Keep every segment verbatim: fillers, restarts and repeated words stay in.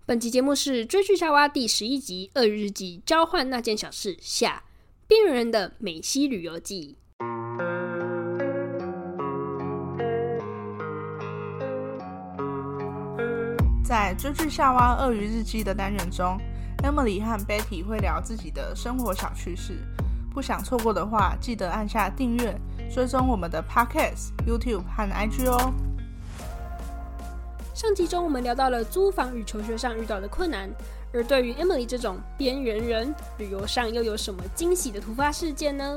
本期节目是追剧夏娃第十一集《鳄鱼日记：交换那件小事》下边缘人的美西旅游记。 在追剧夏娃鳄鱼日记的单元中， Emily 和 Betty 会聊自己的生活小趣事。不想错过的话，记得按下订阅，追踪我们的 Podcast、YouTube 和 I G 哦。 上集中我们聊到了租房与求学上遇到的困难，而对于 Emily 这种边缘人，旅游上又有什么惊喜的突发事件呢？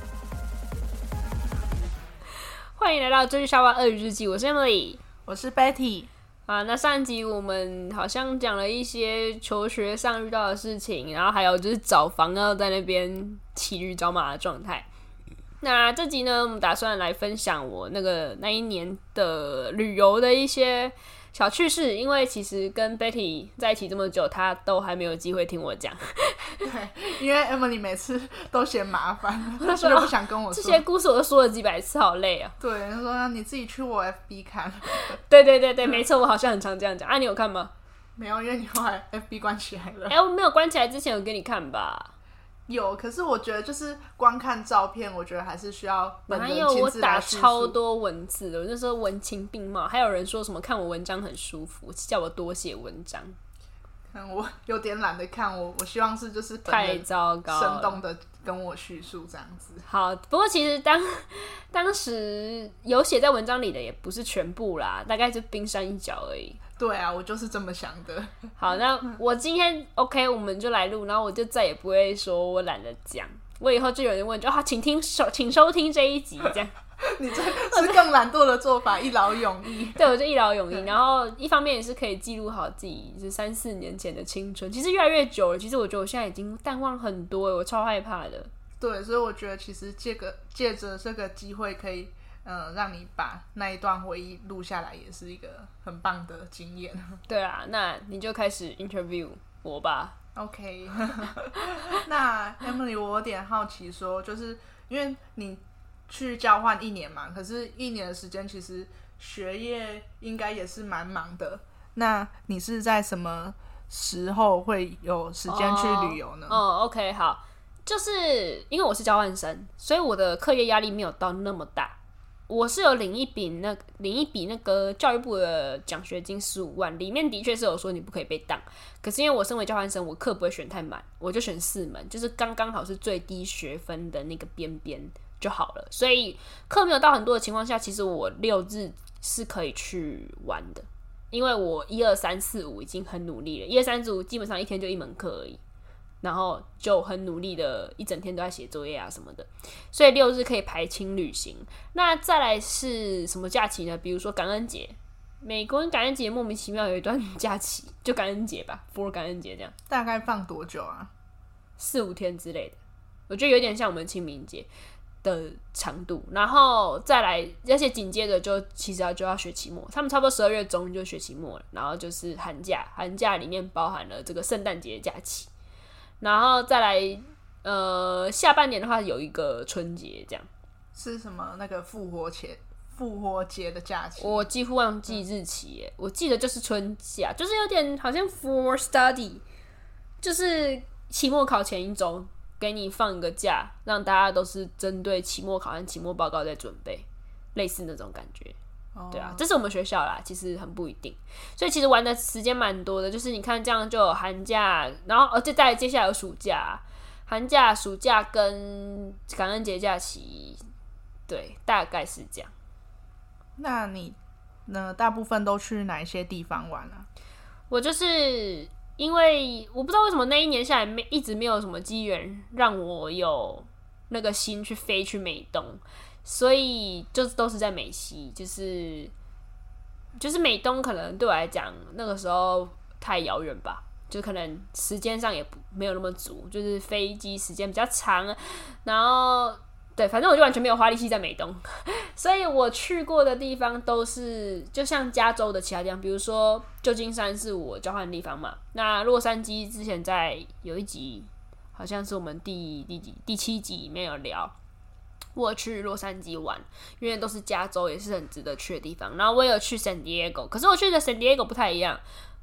欢迎来到追剧夏娃鳄鱼日记，我是 Emily， 我是 Betty。 啊，那上一集我们好像讲了一些求学上遇到的事情，然后还有就是找房要在那边骑驴找马的状态。那这集呢，我们打算来分享我那个那一年的旅游的一些小趣事，因为其实跟 Betty 在一起这么久，她都还没有机会听我讲。 对，因为 Emily 每次都嫌麻烦，她就不想跟我说、 哦、这些故事，我都说了几百次，好累啊。 对，她说你自己去我 F B 看。 对对对对，没错，我好像很常这样讲啊。你有看吗？ 没有，因为你后来 F B 关起来了。 哎、欸，我没有关起来之前有给你看吧？ 有，可是我觉得就是光看照片，我觉得还是需要本人亲自来叙述。 哪有，我打超多文字的，我那时候文情并茂，还有人说什么看我文章很舒服，叫我多写文章。 看我有点懒得看，我我希望是就是太糟糕了， 生动的跟我叙述这样子。 好，不过其实当当时有写在文章里的也不是全部啦，大概就冰山一角而已。 对啊，我就是这么想的。 好，那我今天 OK， 我们就来录，然后我就再也不会说我懒得讲。我以后就有人问，就好，请听收，请收听这一集，这样。 你这是更懒惰的做法，一劳永逸。 对，我就一劳永逸。然后一方面也是可以记录好自己是三四年前的青春，其实越来越久了。其实我觉得我现在已经淡忘很多，我超害怕的。 对，所以我觉得其实借个借着这个机会，可以嗯让你把那一段回忆录下来，也是一个很棒的经验。 对啊，那你就开始 interview 我吧。 OK， 那 Emily， 我有点好奇说，就是因为你去交换一年嘛，可是一年的时间其实学业应该也是蛮忙的。那你是在什么时候会有时间去旅游呢？ 哦、oh, oh, ，OK， 好，就是因为我是交换生，所以我的课业压力没有到那么大。我是有领一笔那领一笔那个教育部的奖学金十五万，里面的确是有说你不可以被当。可是因为我身为交换生，我课不会选太满，我就选四门，就是刚刚好是最低学分的那个边边就好了。所以课没有到很多的情况下，其实我六日是可以去玩的，因为我一二三四五已经很努力了，一二三四五基本上一天就一门课而已。然后就很努力的一整天都在写作业啊什么的，所以六日可以排轻旅行。那再来是什么假期呢？比如说感恩节，美国人感恩节莫名其妙有一段假期，就感恩节吧 ，for 感恩节这样。 大概放多久啊？ 四五天之类的，我觉得有点像我们清明节的长度。然后再来，而且紧接着就其实要就要学期末，他们差不多十二月中就学期末了，然后就是寒假，寒假里面包含了这个圣诞节的假期。然后再来，呃，下半年的话有一个春节，这样是什么那个复活节？复活节的假期， 我几乎忘记日期耶，我记得就是春假，就是有点好像 for study， 就是期末考前一周给你放一个假，让大家都是针对期末考和期末报告在准备，类似那种感觉。对啊，这是我们学校啦，其实很不一定，所以其实玩的时间蛮多的。就是你看这样就有寒假，然后而且再接下来有暑假，寒假、暑假跟感恩节假期，对，大概是这样。 那你呢？大部分都去哪一些地方玩啊？ 我就是因为我不知道为什么那一年下来没一直没有什么机缘让我有那个心去飞去美东。所以就都是在美西，就是就是美东可能对我来讲那个时候太遥远吧，就可能时间上也没有那么足，就是飞机时间比较长，然后对，反正我就完全没有花力气在美东，所以我去过的地方都是就像加州的其他地方，比如说旧金山是我交换的地方嘛，那洛杉矶之前在有一集好像是我们第第几第七集里面有聊。我有去洛杉矶玩，因为都是加州，也是很值得去的地方。然后我也有去 San Diego， 可是我去的 San Diego 不太一样。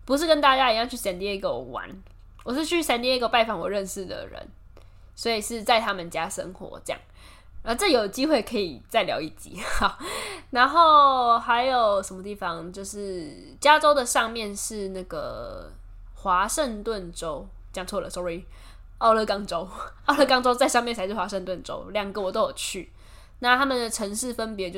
不是跟大家一样去 San Diego 玩，我是去 San Diego 拜访我认识的人，所以是在他们家生活这样。啊，这有机会可以再聊一集。好，然后还有什么地方？就是加州的上面是那个华盛顿州，讲错了 ，sorry， 奥勒冈州，奥勒冈州在上面才是华盛顿州，两个我都有去。那他们的城市分别就是，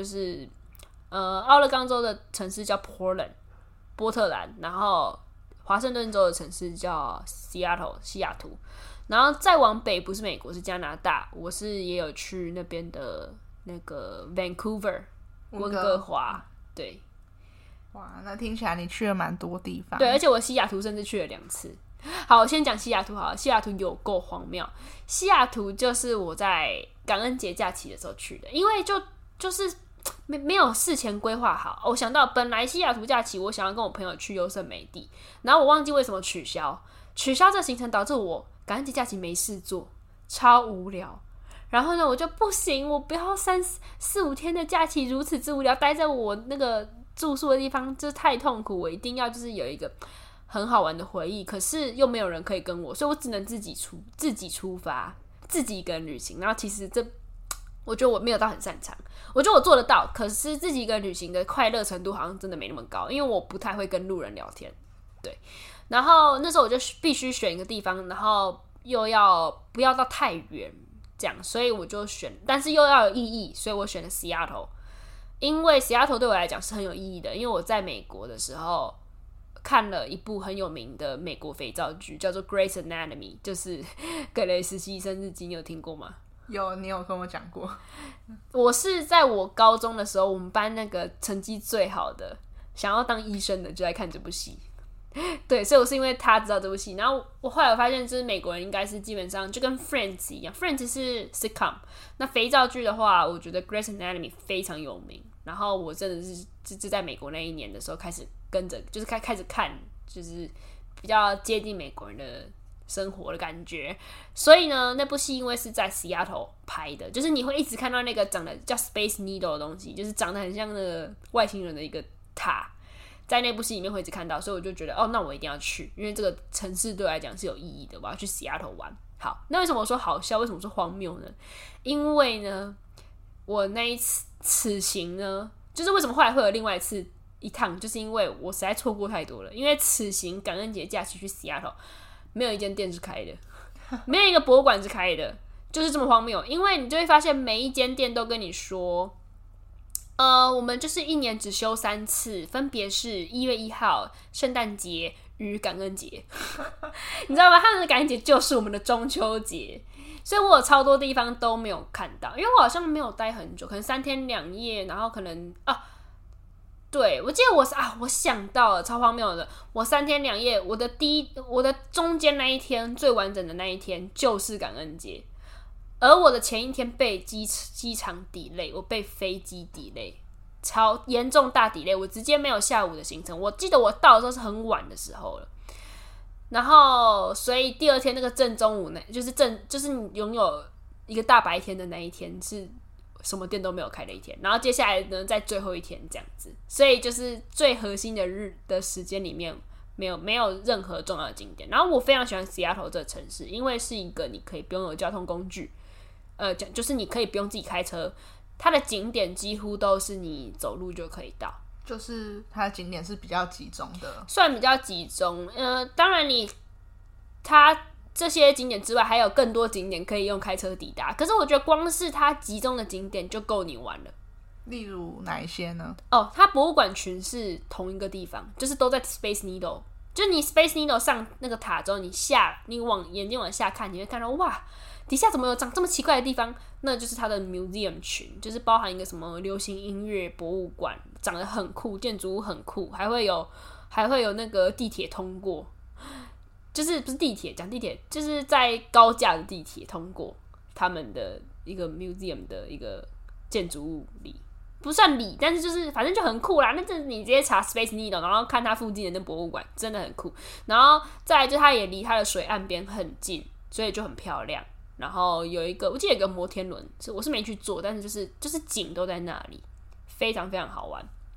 呃，奥勒冈州的城市叫 Portland， 波特兰，然后华盛顿州的城市叫 Seattle， 西雅图。然后再往北不是美国是加拿大，我是也有去那边的那个 Vancouver 温哥华，对， 哇，那听起来你去了蛮多地方。 对，而且我西雅图甚至去了两次。好，我先讲西雅图好了，西雅图有够荒谬。西雅图就是我在感恩节假期的时候去的，因为就就是没没有事前规划好。我想到本来西雅图假期我想要跟我朋友去优胜美地，然后我忘记为什么取消，取消这行程导致我感恩节假期没事做，超无聊。然后呢，我就不行，我不要三四五天的假期如此之无聊，待在我那个住宿的地方就是太痛苦。我一定要就是有一个很好玩的回忆，可是又没有人可以跟我，所以我只能自己出自己出发，自己一个人旅行。然后其实这我觉得我没有到很擅长，我觉得我做得到，可是自己一个人旅行的快乐程度好像真的没那么高，因为我不太会跟路人聊天，对。然后那时候我就必须选一个地方，然后又要不要到太远，这样，所以我就选，但是又要有意义，所以我选了 Seattle， 因为 Seattle 对我来讲是很有意义的，因为我在美国的时候看了一部很有名的美国肥皂剧，叫做《Grey's Anatomy》，就是格雷斯医生日记，你有听过吗？ 有，你有跟我讲过。 我是在我高中的时候，我们班那个成绩最好的，想要当医生的，就在看这部戏。对，所以我是因为他知道这部戏，然后我后来我发现，就是美国人应该是基本上就跟 Friends 一样 ，Friends 是 sitcom， 那肥皂剧的话，我觉得 Grey's Anatomy 非常有名。然后我真的是就在美国那一年的时候开始跟着，就是开开始看，就是比较接近美国人的生活的感觉。所以呢，那部戏因为是在 Seattle 拍的，就是你会一直看到那个长得叫 Space Needle 的东西，就是长得很像那个外星人的一个塔。在那部戏里面会一直看到，所以我就觉得哦，那我一定要去，因为这个城市对我来讲是有意义的，我要去西雅图玩。好，那为什么我说好笑？为什么说荒谬呢？因为呢，我那一次此行呢，就是为什么后来会有另外一次一趟，就是因为我实在错过太多了。因为此行感恩节假期去西雅图，没有一间店是开的，没有一个博物馆是开的，就是这么荒谬。因为你就会发现每一间店都跟你说。呃，我们就是一年只休三次，分别是一月一号、圣诞节与感恩节。你知道吗？他们的感恩节就是我们的中秋节，所以我有超多地方都没有看到，因为我好像没有待很久，可能三天两夜，然后可能啊，对我记得我是啊，我想到了，超荒谬的，我三天两夜，我的第一，我的中间那一天最完整的那一天就是感恩节。而我的前一天被机机场 delay， 我被飞机 delay， 超严重大 delay， 我直接没有下午的行程。我记得我到的时候是很晚的时候了，然后所以第二天那个正中午，那就是正就是你拥有一个大白天的那一天，是什么店都没有开的一天。然后接下来呢，在最后一天这样子，所以就是最核心的日的时间里面。没有没有任何重要的景点，然后我非常喜欢 Seattle 这个城市，因为是一个你可以不用有交通工具，呃，就是你可以不用自己开车，它的景点几乎都是你走路就可以到， 就是它的景点是比较集中的， 算比较集中。呃，当然你它这些景点之外，还有更多景点可以用开车抵达，可是我觉得光是它集中的景点就够你玩了。 例如哪一些呢？ 哦，它博物馆群是同一个地方，就是都在 Space Needle。就你 Space Needle 上那个塔之后，你下你往眼睛往下看，你会看到哇，底下怎么有长这么奇怪的地方？那就是它的 museum 群，就是包含一个什么流行音乐博物馆，长得很酷，建筑物很酷，还会有还会有那个地铁通过，就是不是地铁，讲地铁就是在高架的地铁通过他们的一个 museum 的一个建筑物里。不算里，但是就是反正就很酷啦。那这你直接查 Space Needle， 然后看它附近的那博物馆，真的很酷。然后再来就它也离它的水岸边很近，所以就很漂亮。然后有一个，我记得有一个摩天轮，是我是没去坐，但是就是就是景都在那里，非常非常好玩。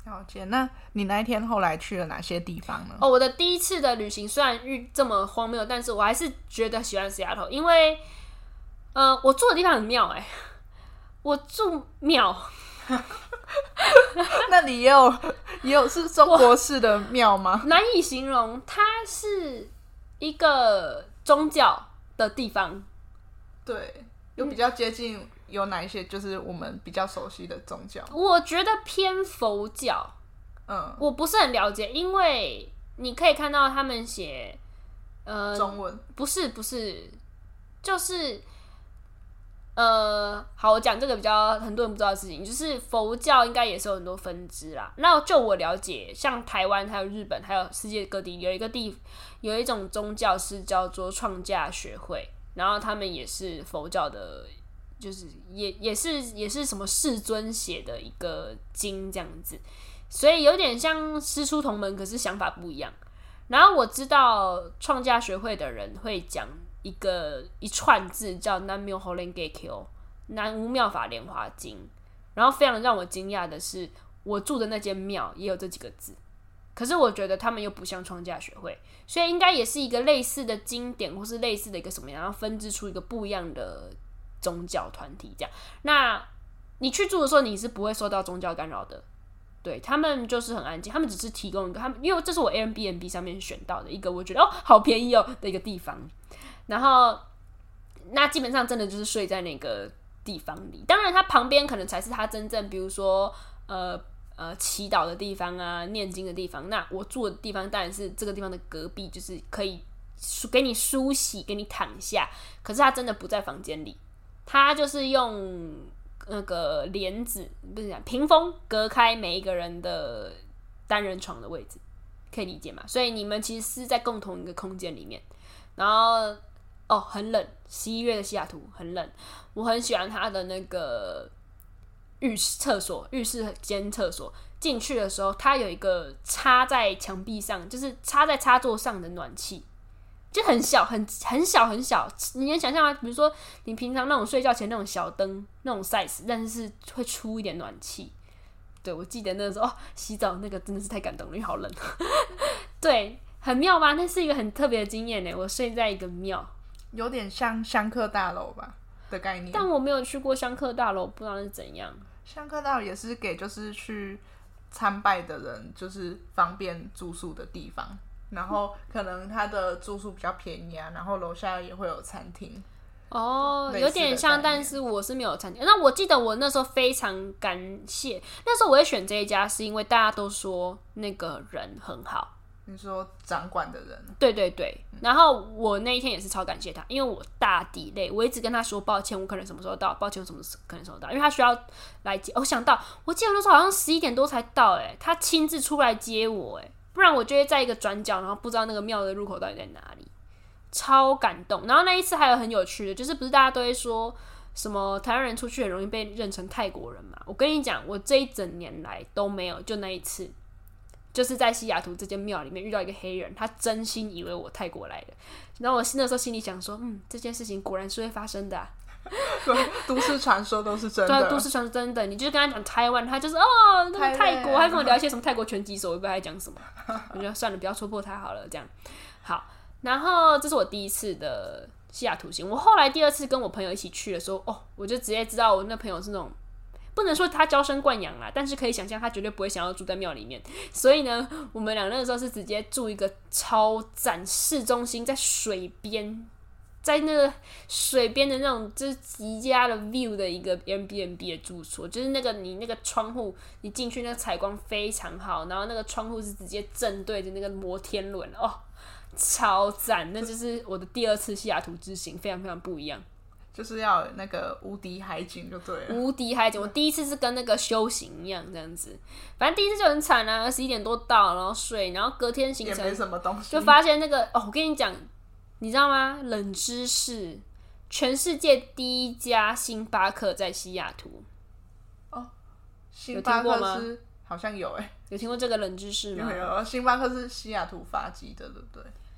了解。那你那一天后来去了哪些地方呢？ 哦，我的第一次的旅行虽然遇这么荒谬，但是我还是觉得喜欢西雅图，因为呃，我住的地方很妙哎、欸，我住庙。 那里也有也有是中国式的庙吗？ 难以形容，它是一个宗教的地方。 对，有比较接近有哪一些就是我们比较熟悉的宗教？ 我觉得偏佛教， 嗯， 我不是很了解，因为你可以看到他们写呃中文， 不是不是，就是呃，好，我讲这个比较很多人不知道的事情，就是佛教应该也是有很多分支啦。那就我了解，像台湾、还有日本、还有世界各地有一个地有一种宗教是叫做创价学会，然后他们也是佛教的，就是也也是也是什么世尊写的一个经这样子，所以有点像师出同门，可是想法不一样。然后我知道创价学会的人会讲一个一串字叫南无吼连给 Q 南无妙法莲华经，然后非常让我惊讶的是，我住的那间庙也有这几个字，可是我觉得他们又不像创价学会，所以应该也是一个类似的经典，或是类似的一个什么样，然后分支出一个不一样的宗教团体这样。那你去住的时候，你是不会受到宗教干扰的。对，他们就是很安静，他们只是提供一个他们，因为这是我 Airbnb 上面选到的一个我觉得哦好便宜哦的一个地方，然后那基本上真的就是睡在那个地方里，当然它旁边可能才是他真正比如说呃呃祈祷的地方啊、念经的地方，那我住的地方当然是这个地方的隔壁，就是可以给你梳洗、给你躺下，可是他真的不在房间里，他就是用那个帘子不是讲屏风隔开每一个人的单人床的位置，可以理解吗？所以你们其实是在共同一个空间里面，然后哦很冷，十一月的西雅图很冷，我很喜欢它的那个浴室厕所，浴室间厕所进去的时候，它有一个插在墙壁上，就是插在插座上的暖气。就很小很很小很小，你能想象吗？比如说你平常那种睡觉前那种小灯那种 size， 但是会出一点暖气。对，我记得那个时候、哦、洗澡那个真的是太感动了，因为好冷。对，很妙吧？那是一个很特别的经验呢。我睡在一个庙， 有点像香客大楼吧的概念， 但我没有去过香客大楼，不知道是怎样。 香客大楼也是给就是去参拜的人就是方便住宿的地方。然后可能他的住宿比较便宜啊，然后楼下也会有餐厅哦，有点像，但是我是没有餐厅。那我记得我那时候非常感谢，那时候我会选这一家，是因为大家都说那个人很好。 你说掌管的人？ 对对对。然后我那一天也是超感谢他，因为我大delay，我一直跟他说抱歉，我可能什么时候到，抱歉我什么可能什么时候到，因为他需要来接。我、哦、想到，我记得那时候好像十一点多才到、欸，哎，他亲自出来接我、欸，哎。不然我就会在一个转角，然后不知道那个庙的入口到底在哪里，超感动。然后那一次还有很有趣的，就是不是大家都会说什么台湾人出去很容易被认成泰国人嘛？我跟你讲，我这一整年来都没有，就那一次，就是在西雅图这间庙里面遇到一个黑人，他真心以为我泰国来的。然后我那时候心里想说，嗯，这件事情果然是会发生的、啊。 都市传说都是真的， 对，都市传说真的。你就跟他讲台湾，他就是哦，那个泰国，还跟我聊一些什么泰国拳击手，我也不知道他在讲什么。我觉得算了，不要戳破他好了，这样好。然后这是我第一次的西雅图行，我后来第二次跟我朋友一起去的时候，哦，我就直接知道我那朋友是那种不能说他娇生惯养啦，但是可以想象他绝对不会想要住在庙里面。所以呢，我们俩那个时候是直接住一个超赞市中心，在水边。在那个水边的那种就是极佳的 view 的一个 Airbnb 的住所，就是那个你那个窗户，你进去那个采光非常好，然后那个窗户是直接正对着那个摩天轮，哦，超赞！那就是我的第二次西雅图之行，非常非常不一样。 就是要有那个无敌海景就对了。 无敌海景，我第一次是跟那个修行一样这样子，反正第一次就很惨啊，十一点多到，然后睡，然后隔天行程也没什么东西， 就发现那个哦，我跟你讲。你知道吗？冷知识，全世界第一家星巴克在西雅图。 哦，星巴克是好像有诶、欸， 有听过这个冷知识吗？ 有有，星巴克是西雅图发迹的，对不对？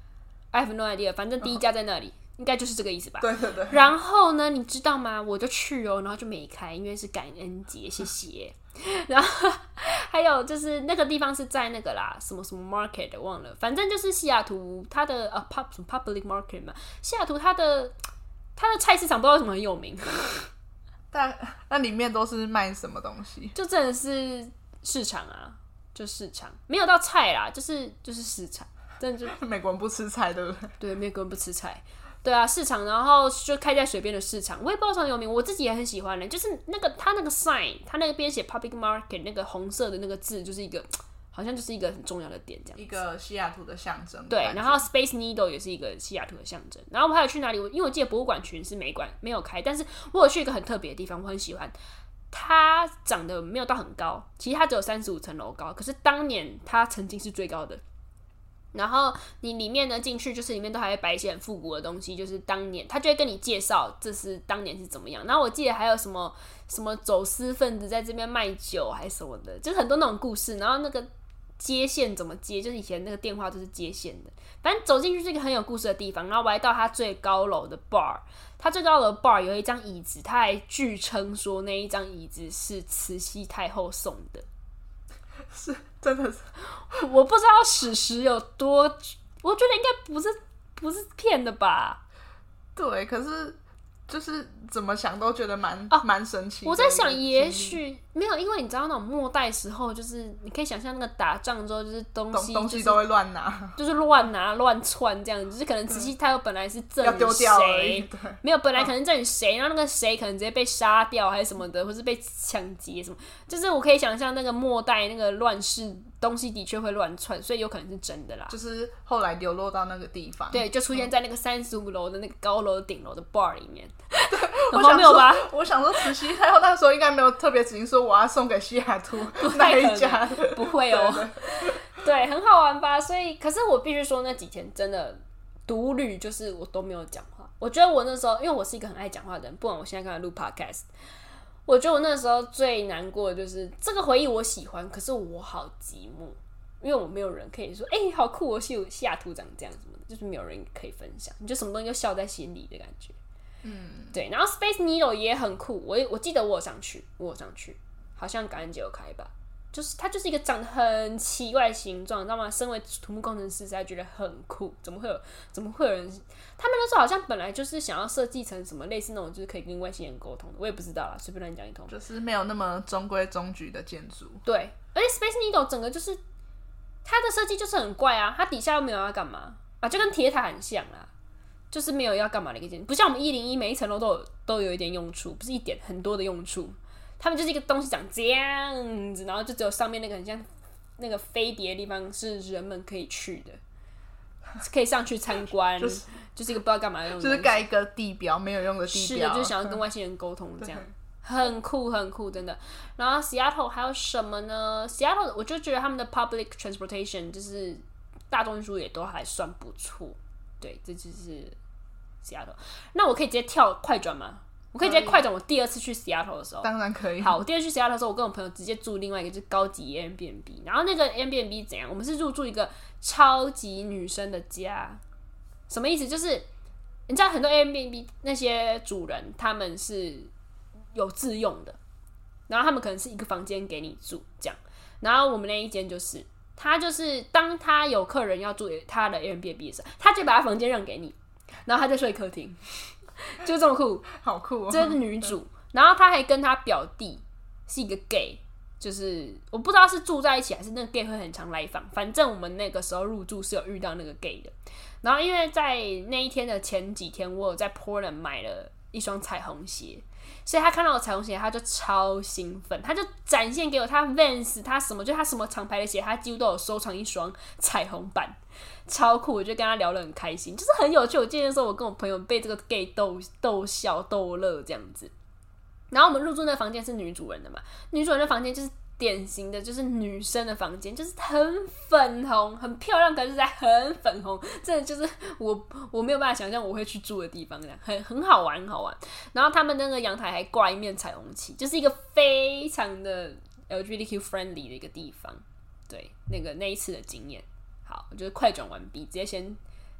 I have no idea， 反正第一家在那里。应该就是这个意思吧。 对对对。 然后呢，你知道吗？我就去哦，然后就没开，因为是感恩节，谢谢。然后还有就是那个地方是在那个啦，什么什么 market 忘了，反正就是西雅图它的呃 pub 什么 public market 嘛，西雅图它的它的菜市场不知道为什么很有名。 但那里面都是卖什么东西？ 就真的是市场啊，就市场，没有到菜啦，就是就是市场，真的就美国人不吃菜，对不对？ 对，美国人不吃菜。对啊，市场，然后就开在水边的市场，我也不知道什么有名，我自己也很喜欢的，就是那个它那个 sign， 它那边写 public market 那个红色的那个字，就是一个好像就是一个很重要的点，这样一个西雅图的象征。 对，然后 Space Needle 也是一个西雅图的象征。然后我还有去哪里？因为我记得博物馆群是没馆没有开，但是我有去一个很特别的地方，我很喜欢。它长得没有到很高，其实它只有三十五层楼高，可是当年它曾经是最高的。然后你里面呢进去，就是里面都还会摆一些很复古的东西，就是当年他就会跟你介绍这是当年是怎么样。然后我记得还有什么什么走私分子在这边卖酒还是什么的，就是很多那种故事。然后那个接线怎么接，就是以前那个电话都是接线的。反正走进去是一个很有故事的地方。然后我还到它最高楼的 bar， 它最高楼的 bar 有一张椅子，它还据称说那一张椅子是慈禧太后送的。 是真的是， 我不知道史实有多，我觉得应该不是不是骗的吧？ 对，可是就是怎么想都觉得蛮蛮、哦、神奇的。 我在想，也许没有，因为你知道那种末代时候，就是你可以想象那个打仗之后，就是东西、就是、 东西都会乱拿， 就是乱拿乱窜这样子，就是可能慈禧太后本来是赠予谁，没有，本来可能赠予谁，然后那个谁可能直接被杀掉还是什么的，或是被抢劫什么，就是我可以想象那个末代那个乱世。东西的确会乱窜，所以有可能是真的啦。 就是后来流落到那个地方， 对，就出现在那个三十五楼的那个高楼顶楼的 bar 里面， 很荒谬吧？我想说，慈禧太后那时候应该没有特别指定说我要送给西雅图那一家， 不会哦。对, 对，很好玩吧？所以，可是我必须说，那几天真的独旅，就是我都没有讲话。我觉得我那时候，因为我是一个很爱讲话的人，不管我现在刚才录 podcast。我觉得我那时候最难过的就是这个回忆，我喜欢，可是我好寂寞，因为我没有人可以说，哎、欸，好酷！我西西雅图长这样什么的，就是没有人可以分享，你就什么东西都笑在心里的感觉。嗯，对。然后 Space Needle 也很酷，我我记得我有上去，我有上去，好像感恩节有开吧。就是它就是一个长得很奇怪的形状，你知道吗？身为土木工程师，实在觉得很酷。怎么会有怎么会有人？他们那时候好像本来就是想要设计成什么类似那种，就是可以跟外星人沟通的，我也不知道啦，随便乱讲一通。 就是没有那么中规中矩的建筑。 对，而且 Space Needle 整个就是它的设计就是很怪啊，它底下又没有要干嘛啊，就跟铁塔很像啦，就是没有要干嘛的一个建筑，不像我们一零一每一层楼都有都有一点用处，不是一点很多的用处。他们就是一个东西长这样子，然后就只有上面那个很像那个飞碟的地方是人们可以去的，可以上去参观，就是、就是一个不知道干嘛的东西， 就是盖一个地标，没有用的地标，是的，就是想要跟外星人沟通这样，很酷很酷，真的。然后 Seattle 还有什么呢 ？Seattle 我就觉得他们的 public transportation 就是大众运输也都还算不错，对，这就是 Seattle。那我可以直接跳快转吗？我可以直接快转我第二次去 Seattle 的时候， 当然可以。 好，我第二次去 Seattle 的时候，我跟我朋友直接住另外一个就是高级 Airbnb， 然后那个 Airbnb 怎样？我们是入住一个超级女生的家，什么意思？就是你知道很多 Airbnb 那些主人他们是有自用的，然后他们可能是一个房间给你住这样，然后我们那一间就是他就是当他有客人要住他的 Airbnb 的时候，他就把他房间让给你，然后他就睡客厅。就这么酷， 好酷哦！ 这是女主，然后她还跟她表弟是一个 gay， 就是我不知道是住在一起还是那个 gay 会很常来访，反正我们那个时候入住是有遇到那个 gay 的。然后因为在那一天的前几天，我有在 Portland 买了一双彩虹鞋，所以他看到我彩虹鞋，他就超兴奋，他就展现给我他 Vans， 他什么就他什么厂牌的鞋，他几乎都有收藏一双彩虹版。超酷，我就跟他聊得很开心，就是很有趣。我记得那时候我跟我朋友被这个 gay 逗逗笑逗乐这样子。然后我们入住那个房间是女主人的嘛，女主人的房间就是典型的就是女生的房间，就是很粉红，很漂亮，可是在很粉红，真的就是我我没有办法想象我会去住的地方，这样很很好玩，很好玩。然后他们那个阳台还挂一面彩虹旗，就是一个非常的 L G B T Q friendly 的一个地方。对，那个那一次的经验。好，我就是快转完毕，直接先就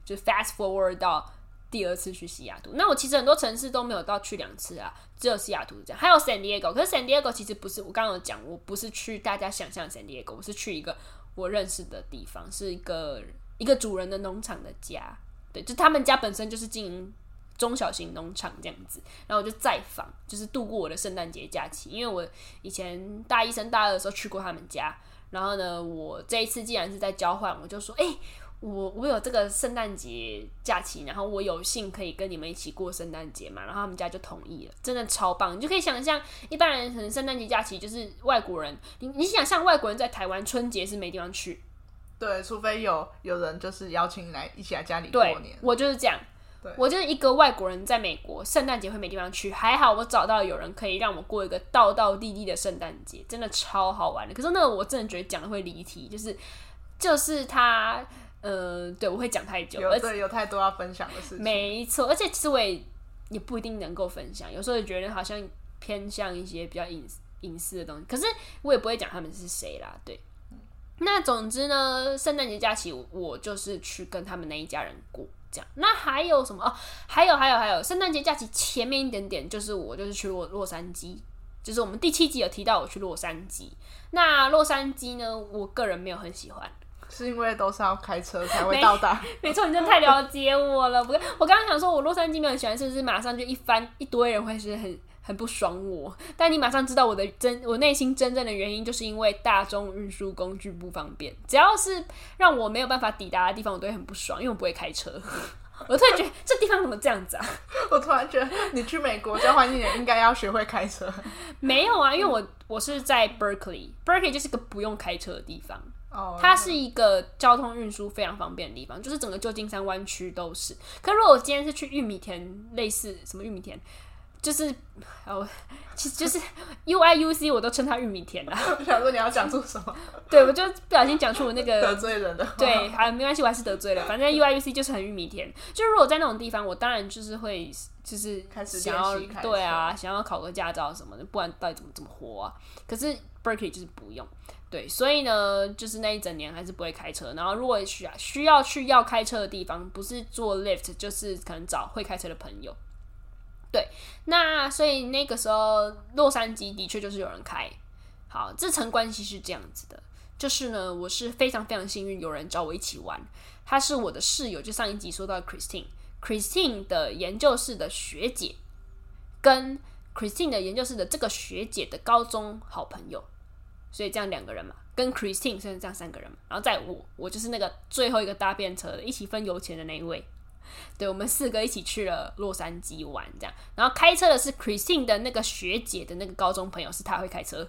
就 fast forward 到第二次去西雅图。那我其实很多城市都没有到去两次啊，只有西雅图这样，还有 San Diego。可是 San Diego 其实不是我刚刚有讲，我不是去大家想象的 San Diego， 我是去一个我认识的地方，是一个一个主人的农场的家。对，就他们家本身就是经营中小型农场这样子，然后我就再访，就是度过我的圣诞节假期。因为我以前大一升大二的时候去过他们家，然后呢，我这一次既然是在交换，我就说，哎、欸。我我有这个圣诞节假期，然后我有幸可以跟你们一起过圣诞节嘛，然后他们家就同意了，真的超棒。你就可以想象，一般人可能圣诞节假期就是外国人，你你想象外国人在台湾春节是没地方去， 对，除非有有人就是邀请你来一起来家里过年。 对，我就是这样，我就是一个外国人在美国，圣诞节会没地方去，还好我找到有人可以让我过一个道道地地的圣诞节，真的超好玩的。可是那个我真的觉得讲的会离题，就是就是他。呃，对，我会讲太久， 有对有太多要分享的事情， 没错，而且其实我也也不一定能够分享，有时候也觉得好像偏向一些比较隐隐私的东西，可是我也不会讲他们是谁啦，对。那总之呢，圣诞节假期我就是去跟他们那一家人过，这样。那还有什么？哦，还有还有还有，圣诞节假期前面一点点，就是我就是去洛洛杉矶，就是我们第七集有提到我去洛杉矶。那洛杉矶呢，我个人没有很喜欢。 是因为都是要开车才会到达。 没错，你真的太了解我了。我我刚刚想说，我洛杉矶没有很喜欢，是不是马上就一番一堆人会是很很不爽我？但你马上知道我的真我内心真正的原因，就是因为大众运输工具不方便。只要是让我没有办法抵达的地方，我都会很不爽，因为我不会开车。我突然觉得这地方怎么这样子啊？ 我突然觉得你去美国交换一年应该要学会开车。 没有啊，因为我我是在 Berkeley，Berkeley 就是个不用开车的地方。 Oh, 它是一个交通运输非常方便的地方，就是整个旧金山湾区都是。可如果我今天是去玉米田，类似什么玉米田，就是哦，其实就是 U I U C， 我都称它玉米田啦。 我想说你要讲出什么？ 对，我就不小心讲出我那个得罪人的。 对，啊，没关系，我还是得罪了。反正 U I U C 就是很玉米田。就如果在那种地方，我当然就是会就是想要对啊，想要考个驾照什么的，不然到底怎么怎么活啊？可是 Berkeley 就是不用。对，所以呢，就是那一整年还是不会开车。然后，如果需要需要去要开车的地方，不是坐 Lyft， 就是可能找会开车的朋友。对，那所以那个时候，洛杉矶的确就是有人开。好，这层关系是这样子的，就是呢，我是非常非常幸运，有人找我一起玩。他是我的室友，就上一集说到 Christine，Christine 的研究室的学姐，跟 Christine 的研究室的这个学姐的高中好朋友。所以这样两个人嘛，跟 Christine 甚至这样三个人嘛，然后再我，我就是那个最后一个搭便车的，一起分油钱的那一位。对，我们四个一起去了洛杉矶玩，这样。然后开车的是 Christine 的那个学姐的那个高中朋友，是他会开车。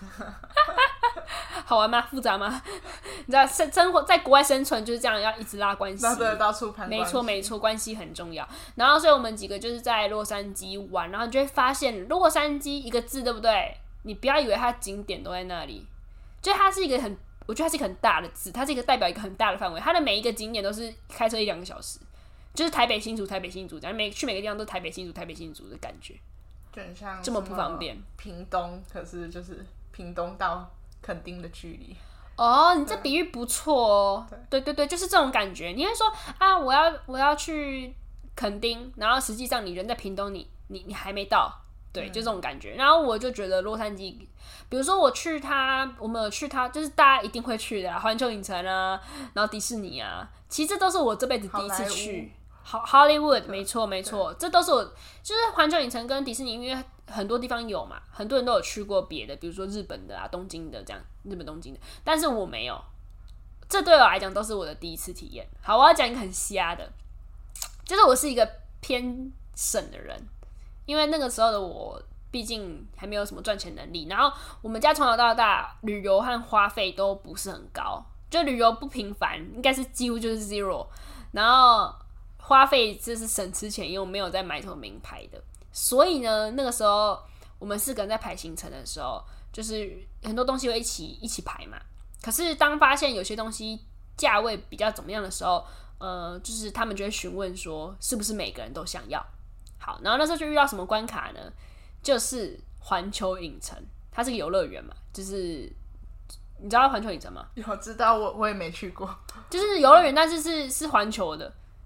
好玩吗？复杂吗？你知道生活在国外生存就是这样，要一直拉关系， 对，到处攀关系。 没错没错，关系很重要。然后，所以我们几个就是在洛杉矶玩，然后你就会发现洛杉矶一个字，对不对？你不要以为它景点都在那里，就它是一个很，我觉得它是一个很大的字，它是一个代表一个很大的范围，它的每一个景点都是开车一两个小时，就是台北新竹台北新竹这样，每去每个地方都台北新竹台北新竹的感觉， 就很像这么不方便。 屏东可是就是屏东到垦丁的距离。 哦，你这比喻不错哦。对对对，就是这种感觉。你会说啊，我要我要去垦丁，然后实际上你人在屏东，你你你还没到。对，就这种感觉。然后我就觉得洛杉矶，比如说我去它，我们有去它，就是大家一定会去的啊，环球影城啊，然后迪士尼啊，其实这都是我这辈子第一次去。好 Hollywood， 没错没错，这都是我就是环球影城跟迪士尼，因为很多地方有嘛，很多人都有去过别的，比如说日本的啊、东京的这样，日本东京的，但是我没有。这对我来讲都是我的第一次体验。好，我要讲一个很瞎的，就是我是一个偏省的人。因为那个时候的我，毕竟还没有什么赚钱能力，然后我们家从小到大旅游和花费都不是很高，就旅游不频繁，应该是几乎就是 zero， 然后花费就是省吃俭用，没有在买什么名牌的，所以呢，那个时候我们四个人在排行程的时候，就是很多东西会一起一起排嘛。可是当发现有些东西价位比较怎么样的时候，呃，就是他们就会询问说，是不是每个人都想要？好，然后那时候就遇到什么关卡呢？就是环球影城，它是个游乐园嘛，就是你知道环球影城吗？ 有知道，我我也没去过， 就是游乐园，但是是是环球的，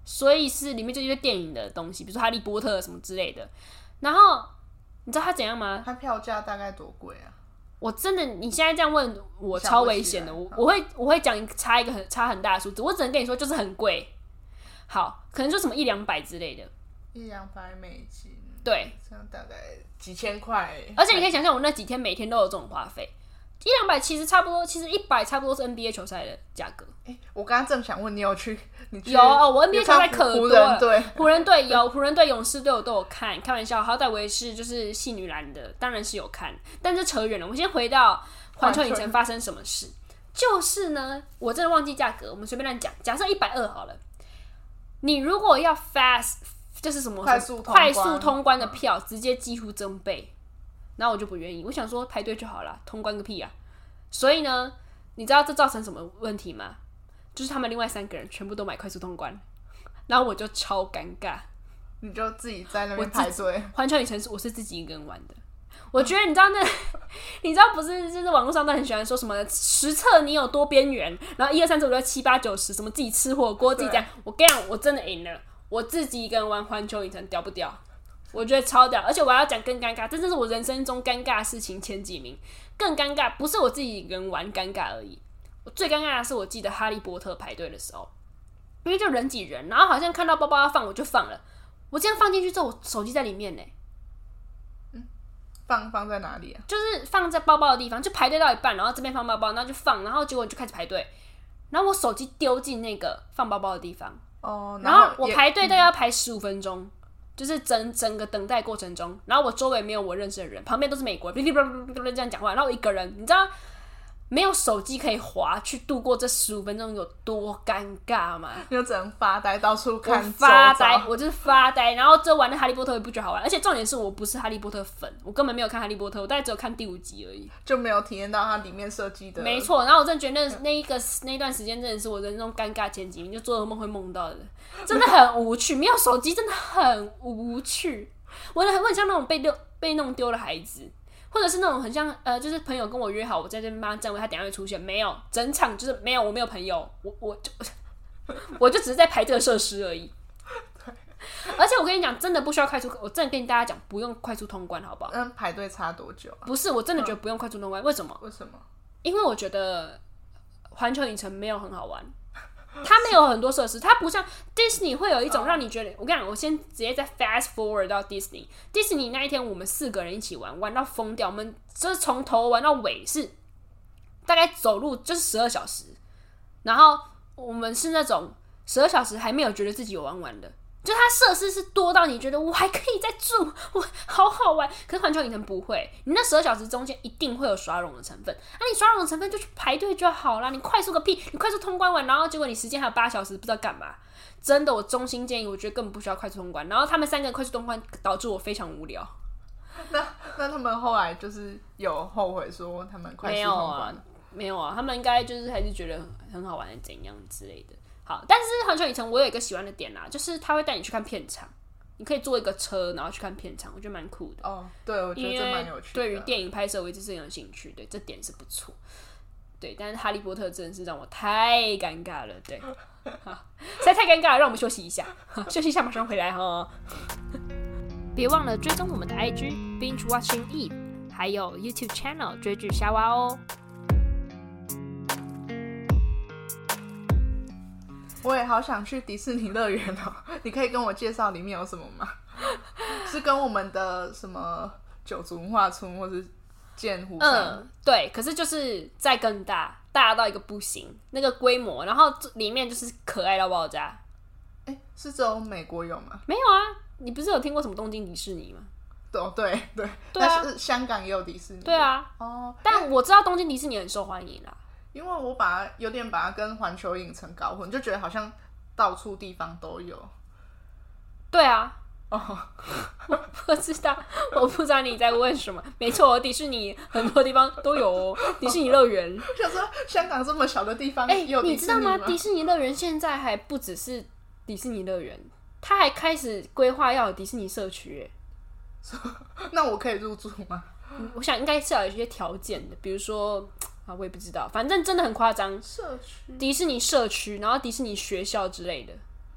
所以是里面就一些电影的东西，比如说哈利波特什么之类的。然后你知道它怎样吗？ 它票价大概多贵啊？ 我真的，你现在这样问我超危险的，我我会我会讲差一个很差很大的数字，我只能跟你说就是很贵。好，可能就什么一两百之类的， 一两百美金， 对， 这样大概几千块。 而且你可以想象，我那几天每天都有这种花费，一两百其实差不多，其实一百差不多是 N B A 球赛的价格。 欸、我刚刚正想问你有去，你去有哦，我 N B A 球赛可多了。 对， 湖人队有，湖人队、勇士队我都有看，开玩笑，好歹我也是就是系女篮的，当然是有看。但是扯远了，我们先回到环球影城发生什么事。就是呢，我真的忘记价格，我们随便乱讲，假设一百二好了。你如果要 fast， 就是什么快速快速通关的票，直接几乎增倍，然后我就不愿意。我想说排队就好了，通关个屁啊！所以呢，你知道这造成什么问题吗？就是他们另外三个人全部都买快速通关，然后我就超尴尬。 你就自己在那边排队。 环球影城我是自己一个人玩的。我觉得你知道那，你知道不是就是网络上都很喜欢说什么实测你有多边缘，然后一二三四五六七八九十，什么自己吃火锅自己这样。我跟你讲，我真的赢了，我自己一个人玩环球影城屌不屌？我觉得超屌，而且我要讲更尴尬，这真是我人生中尴尬的事情前几名。更尴尬不是我自己一个人玩尴尬而已，我最尴尬的是我记得哈利波特排队的时候，因为就人挤人，然后好像看到包包要放我就放了，我这样放进去之后，我手机在里面呢。 放放在哪里啊？ 就是放在包包的地方，就排队到一半，然后这边放包包，然后就放，然后结果就开始排队，然后我手机丢进那个放包包的地方， 哦， 然后我排队大概要排十五分钟，嗯、就是整整个等待过程中，然后我周围没有我认识的人，旁边都是美国人，这样讲话，然后我一个人，你知道没有手机可以滑去度过这十五分钟有多尴尬吗？ 你就只能发呆，到处看， 我发呆，我就是发呆。然后这玩的哈利波特也不觉得好玩，而且重点是我不是哈利波特粉，我根本没有看哈利波特，我大概只有看第五集而已， 就没有体验到它里面设计的。 没错，然后我真的觉得那那一个那一段时间真的是我人生中尴尬前几名，就做噩梦会梦到的，真的很无趣。没有手机真的很无趣，我很我很像那种被丢被弄丢的孩子。或者是那种很像呃，就是朋友跟我约好，我在这边帮他站位，他等一下会出现，没有，整场就是没有，我没有朋友，我我就我就只是在排这个设施而已。而且我跟你讲，真的不需要快速，我真的跟大家讲，不用快速通关，好不好？ 那排队差多久啊？ 不是，我真的觉得不用快速通关，为什么？ 为什么？ 因为我觉得环球影城没有很好玩。它没有很多设施，它不像 Disney 会有一种让你觉得， oh. 我跟你讲，我先直接再 fast forward 到 Disney。Disney 那一天我们四个人一起玩，玩到疯掉，我们就是从头玩到尾是大概走路就是十二小时，然后我们是那种十二小时还没有觉得自己有玩完的。就它设施是多到你觉得我还可以再住，我好好玩。可是环球影城不会，你那十二小时中间一定会有刷容的成分。那、啊、你刷容的成分就去排队就好啦，你快速个屁！你快速通关完，然后结果你时间还有八小时，不知道干嘛。真的，我衷心建议，我觉得根本不需要快速通关。然后他们三个快速通关导致我非常无聊。 那那他们后来就是有后悔说他们快速通关？ 没有啊，没有啊，他们应该就是还是觉得很好玩的怎样之类的。好，但是环球影城我有一个喜欢的点啦，就是他会带你去看片场，你可以坐一个车，然后去看片场，我觉得蛮酷的。 哦，对，我觉得这蛮有趣的。 对于电影拍摄我一直是很有兴趣，对，这点是不错。对，但是哈利波特真的是让我太尴尬了，对，好，实在太尴尬了，让我们休息一下，休息一下，马上回来哈。别忘了追踪我们的 I G Binge Watching Eve， 还有 YouTube Channel 追剧夏娃哦。 我也好想去迪士尼乐园哦，你可以跟我介绍里面有什么吗？是跟我们的什么九族文化村或是剑湖山？ 嗯，对，可是就是再更大，大到一个不行，那个规模，然后里面就是可爱到爆炸。 哎、欸，是只有美国有吗？ 没有啊，你不是有听过什么东京迪士尼吗？ 哦，对对对啊， 但是香港也有迪士尼。 对啊，哦，但我知道东京迪士尼很受欢迎啦。 因为我把它有点把它跟环球影城搞混，就觉得好像到处地方都有。 对啊， 哦， 我不知道，我不知道你在问什么。没错，迪士尼很多地方都有哦，迪士尼乐园。 想说香港这么小的地方， 哎、欸， 有你知道吗？迪士尼乐园现在还不只是迪士尼乐园，它还开始规划要有迪士尼社区。 那我可以入住吗？ 我想应该是要有一些条件的，比如说。啊，我也不知道，反正真的很夸张。 社区、 迪士尼社区，然后迪士尼学校之类的。 哦，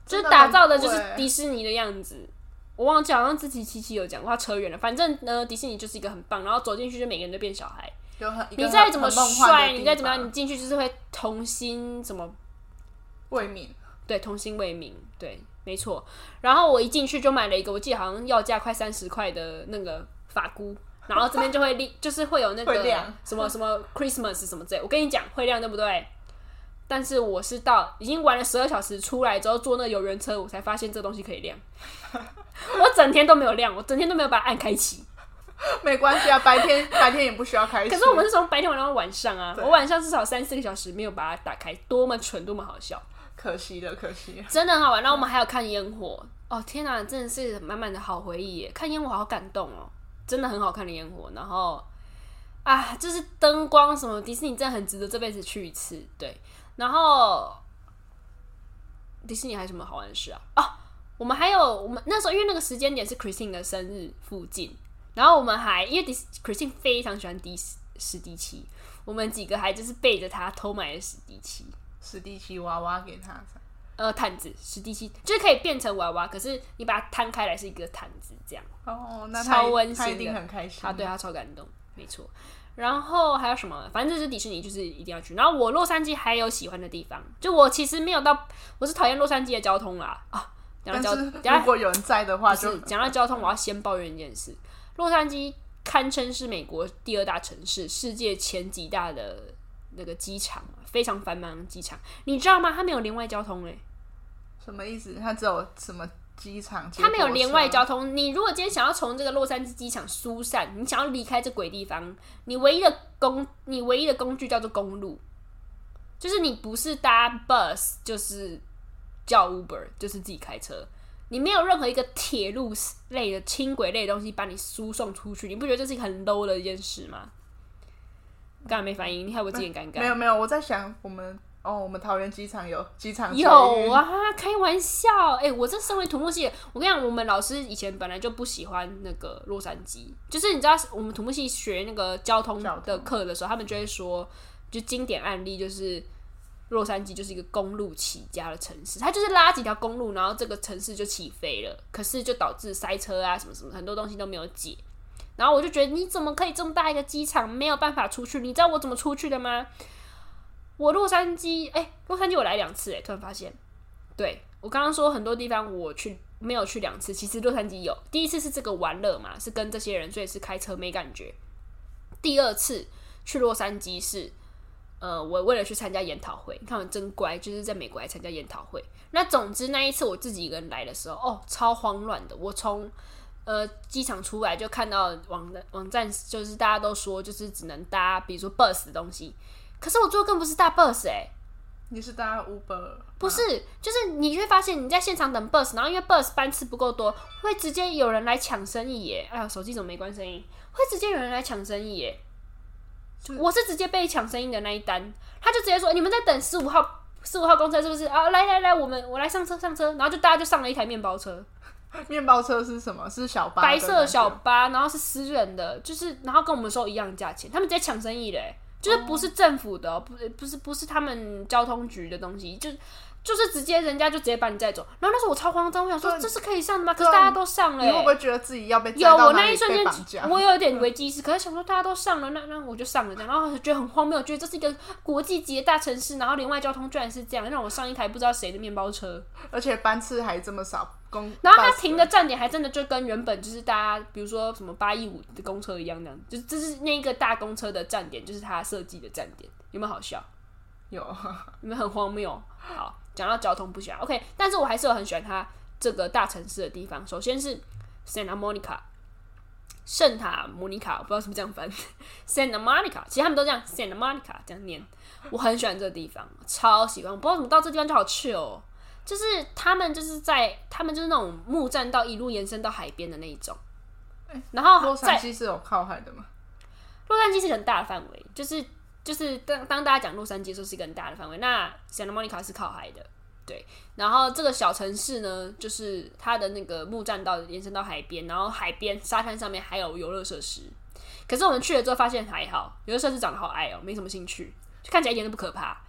就是打造的就是迪士尼的样子。我忘记好像之前七七有讲过，他扯远了。反正呢，迪士尼就是一个很棒，然后走进去就每个人都变小孩。你再怎么帅，你再怎么样，你进去就是会童心怎么未泯。 对，童心未泯，对，没错。然后我一进去就买了一个，我记得好像要价快三十块的那个发箍，然后这边就会亮，就是会有那个什么什么 Christmas 什么之类。我跟你讲会亮，对不对？但是我是到已经玩了十二小时出来之后坐那个游园车，我才发现这东西可以亮。我整天都没有亮，我整天都没有把它按开启。 没关系啊，白天白天也不需要开启。 可是我们是从白天玩到晚上啊，我晚上至少三四个小时没有把它打开，多么蠢，多么好笑。 可惜了，可惜了， 真的很好玩。然后我们还有看烟火，哦天哪，真的是满满的好回忆耶！看烟火好感动哦，真的很好看的烟火。然后啊，就是灯光什么，迪士尼真的很值得这辈子去一次。对，然后迪士尼还有什么好玩的事啊？哦，我们还有我们那时候因为那个时间点是 Christine 的生日附近，然后我们还因为 Christine 非常喜欢迪史迪奇，我们几个还就是背着他偷买了史迪奇。 史迪奇娃娃给他， 呃，毯子，史迪奇就是可以变成娃娃，可是你把它摊开来是一个毯子，这样哦，那超温馨的， 他一定很开心， 他对他超感动，没错。然后还有什么？反正就是迪士尼，就是一定要去。然后我洛杉矶还有喜欢的地方，就我其实没有到，我是讨厌洛杉矶的交通啦啊。讲到交， 如果有人在的话就， 就讲到交通，我要先抱怨一件事：洛杉矶堪称是美国第二大城市，世界前几大的那个机场。非常繁忙的机场，你知道吗？它没有连外交通诶、欸。 什么意思？它只有什么机场？ 它没有连外交通。你如果今天想要从这个洛杉矶机场疏散，你想要离开这鬼地方，你唯一的工，你唯一的工具叫做公路，就是你不是搭 bus， 就是叫 Uber， 就是自己开车。你没有任何一个铁路类的轻轨类的东西把你输送出去，你不觉得这是一个很 low 的一件事吗？刚才没反应，你害我自己很尴尬。 没有没有，我在想我们哦，我们桃园机场有机场有啊，开玩笑。哎、欸，我这身为土木系，我跟你讲，我们老师以前本来就不喜欢那个洛杉矶，就是你知道，我们土木系学那个交通的课的时候，他们就会说，就经典案例就是洛杉矶就是一个公路起家的城市，它就是拉几条公路，然后这个城市就起飞了，可是就导致塞车啊什么什么，很多东西都没有解。然后我就觉得你怎么可以这么大一个机场没有办法出去？你知道我怎么出去的吗？我洛杉矶，哎、欸，洛杉矶我来两次、欸，哎，突然发现，对我刚刚说很多地方我去没有去两次，其实洛杉矶有。第一次是这个玩乐嘛，是跟这些人，所以是开车没感觉。第二次去洛杉矶是，呃，我为了去参加研讨会，你看我真乖，就是在美国来参加研讨会。那总之那一次我自己一个人来的时候，哦，超慌乱的，我从呃，机场出来就看到网网站，就是大家都说就是只能搭，比如说 bus 的东西。可是我最后更不是搭 bus 哎、欸， 你是搭 Uber？ 不是，就是你会发现你在现场等 bus， 然后因为 bus 班次不够多，会直接有人来抢生意耶！哎呀，手机怎么没关声音？会直接有人来抢生意耶！我是直接被抢生意的那一单，他就直接说你们在等十五号十五号公车是不是啊？来来来，我们我来上车上车，然后就大家就上了一台面包车。 面包车是什么？是小巴， 白色小巴，然后是私人的，就是然后跟我们收一样的价钱，他们直接抢生意嘞，就是不是政府的、喔，不不是不是他们交通局的东西，就就是直接人家就直接把你载走。然后那时候我超慌张，我想说这是可以上的吗？可是大家都上了、欸， 你会不会觉得自己要被载有到我那一瞬间我有点危机意识，可是想说大家都上了，那那我就上了这样，然后觉得很荒谬，觉得这是一个国际级的大城市，然后连外交通居然是这样，让我上一台不知道谁的面包车， 而且班次还这么少。 然后他停的站点还真的就跟原本就是大家比如说什么八一五的公车一样，那样就是这是那个大公车的站点，就是他设计的站点，有没有好笑？ 有， 有没有很荒谬？好，讲到交通不喜欢 ，OK， 但是我还是有很喜欢它这个大城市的地方。首先是 Santa Monica， 圣塔莫妮卡，我不知道是不是这样翻 ，Santa Monica， 其实他们都这样 Santa Monica 这样念。我很喜欢这个地方，超喜欢，我不知道怎么到这地方就好去哦。就是他们就是在他们就是那种木栈道一路延伸到海边的那一种， 欸、 然后洛杉矶是有靠海的吗？ 洛杉矶是一个很大的范围，就是就是当当大家讲洛杉矶的时候是一个很大的范围，那 Santa Monica 是靠海的，对。然后这个小城市呢，就是它的那个木栈道延伸到海边，然后海边沙滩上面还有游乐设施。可是我们去了之后发现还好，游乐设施长得好矮哦、喔，没什么兴趣，就看起来一点都不可怕。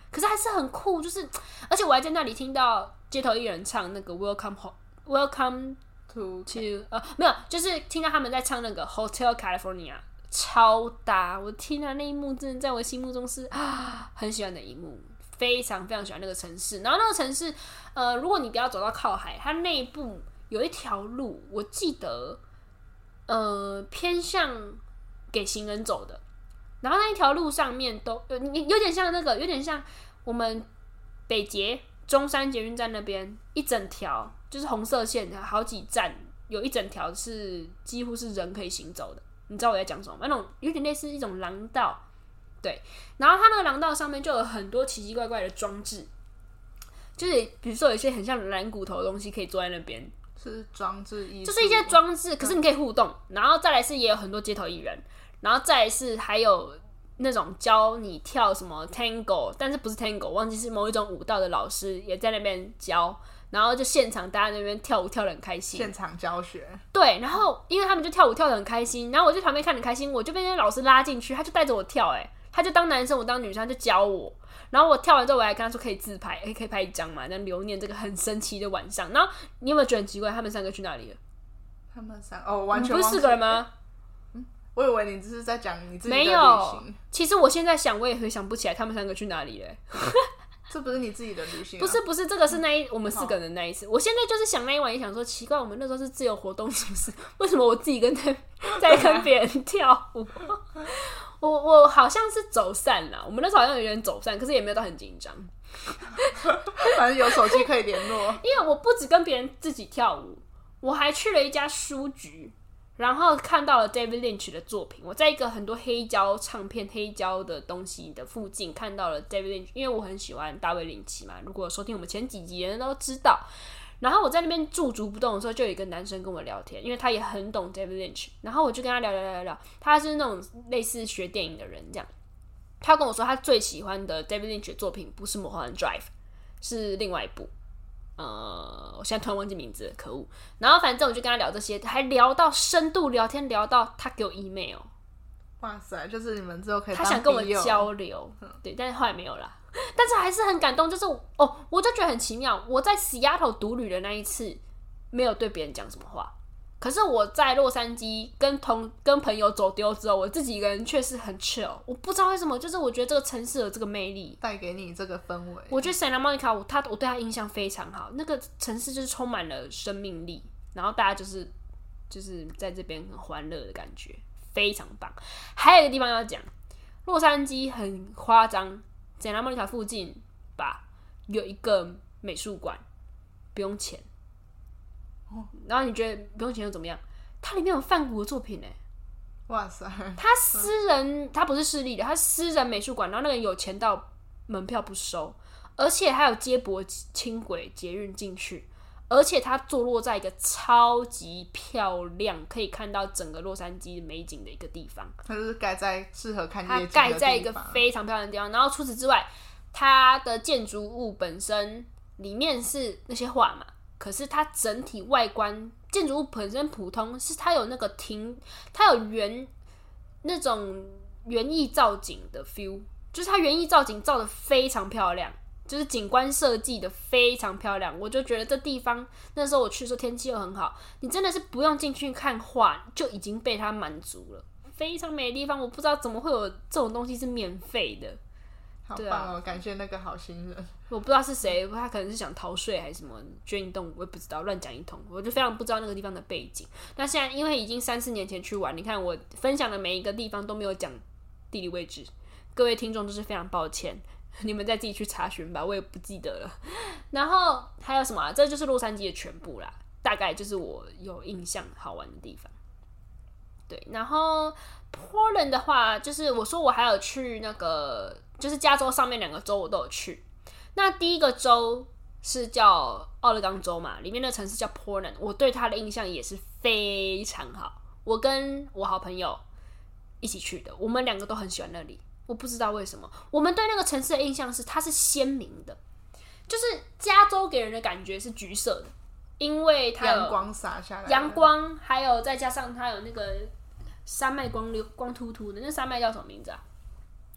可是还是很酷，就是而且我还在那里听到街头艺人唱那个 Welcome Home Welcome to to 呃没有，就是听到他们在唱那个 Hotel California， 超搭！我天啊，那一幕真的在我心目中是啊很喜欢的一幕，非常非常喜欢那个城市。然后那个城市，呃，如果你不要走到靠海，它内部有一条路，我记得呃偏向给行人走的。然后那一条路上面都有有点像那个，有点像我们北捷中山捷运站那边一整条，就是红色线的好几站，有一整条是几乎是人可以行走的。你知道我在讲什么吗？那种有点类似一种廊道，对。然后它那个廊道上面就有很多奇奇怪怪的装置，就是比如说有一些很像蓝骨头的东西可以坐在那边， 是装置艺术， 就是一些装置，可是你可以互动。然后再来是也有很多街头艺人。然后再来是还有那种教你跳什么 Tango， 但是不是 Tango， 忘记是某一种舞蹈的老师也在那边教，然后就现场大家在那边跳舞跳得很开心， 现场教学。 对，然后因为他们就跳舞跳得很开心，然后我就旁边看得很开心，我就被那些老师拉进去，他就带着我跳、欸，哎，他就当男生我当女生，他就教我。然后我跳完之后，我还跟他说可以自拍，哎，可以拍一张嘛，那留念这个很神奇的晚上。然后你有没有觉得很奇怪？他们三个去哪里了？ 他们三哦，完全不是四个人吗？ 我以为你只是在讲你自己的旅行。 没有，其实我现在想，我也回想不起来他们三个去哪里了、欸。 这不是你自己的旅行、啊？ 不是不是，这个是那一我们四个人那一次。我现在就是想那一晚，也想说奇怪，我们那时候是自由活动是不是？为什么我自己跟在在跟别人跳舞？我我好像是走散了，我们那时候好像有点走散，可是也没有到很紧张。 反正有手机可以联络。 因为我不只跟别人自己跳舞，我还去了一家书局。然后看到了 David Lynch 的作品，我在一个很多黑胶唱片、黑胶的东西的附近看到了 David Lynch， 因为我很喜欢大卫林奇嘛。如果收听我们前几集的人都知道。然后我在那边驻足不动的时候，就有一个男生跟我聊天，因为他也很懂 David Lynch。然后我就跟他聊聊聊聊聊，他是那种类似学电影的人这样。他跟我说他最喜欢的 David Lynch 的作品不是《Mulholland Drive》，是另外一部。呃，我现在突然忘记名字了，可恶。然后反正我就跟他聊这些，还聊到深度聊天，聊到他给我 email。 哇塞，就是你们之后可以当他想跟我笔友交流，对，但是后来没有啦。但是还是很感动，就是哦，我就觉得很奇妙。我在西雅图独旅的那一次，没有对别人讲什么话。可是我在洛杉矶跟同跟朋友走丢之后，我自己一个人却是很 chill。我不知道为什么，就是我觉得这个城市有这个魅力， 带给你这个氛围。 我觉得 Santa Monica， 我他我对他印象非常好，那个城市就是充满了生命力，然后大家就是就是在这边很欢乐的感觉，非常棒。还有一个地方要讲，洛杉矶很夸张 ，Santa Monica 附近吧有一个美术馆，不用钱。然后你觉得不用钱又怎么样？它里面有梵谷的作品哎！ 哇塞！ 他私人，他不是私立的，他私人美术馆，然后那个人有钱到门票不收，而且还有接驳轻轨捷运进去，而且它坐落在一个超级漂亮，可以看到整个洛杉矶美景的一个地方。 它就是盖在适合看夜景的地它方， 盖在一个非常漂亮的地方。然后除此之外，它的建筑物本身里面是那些画嘛。可是它整体外观建筑物本身普通，是它有那个庭，它有园那种园艺造景的 feel， 就是它园艺造景造的非常漂亮，就是景观设计的非常漂亮。我就觉得这地方那时候我去的时候天气又很好，你真的是不用进去看画就已经被它满足了，非常美的地方。我不知道怎么会有这种东西是免费的。 好棒哦！啊、感谢那个好心人。 我不知道是谁，他可能是想逃税还是什么捐运动，我也不知道，乱讲一通。我就非常不知道那个地方的背景。那现在因为已经三四年前去玩，你看我分享的每一个地方都没有讲地理位置，各位听众都是非常抱歉，你们再自己去查询吧，我也不记得了。然后还有什么、啊？这就是洛杉矶的全部啦，大概就是我有印象好玩的地方。对，然后 Portland 的话，就是我说我还有去那个。就是加州上面两个州我都有去，那第一个州是叫奥勒冈州嘛，里面的城市叫 Portland， 我对它的印象也是非常好。我跟我好朋友一起去的，我们两个都很喜欢那里。我不知道为什么，我们对那个城市的印象是它是鲜明的，就是加州给人的感觉是橘色的，因为它有阳光洒下来， 阳光，还有再加上它有那个山脉光溜光秃秃的，那山脉叫什么名字啊？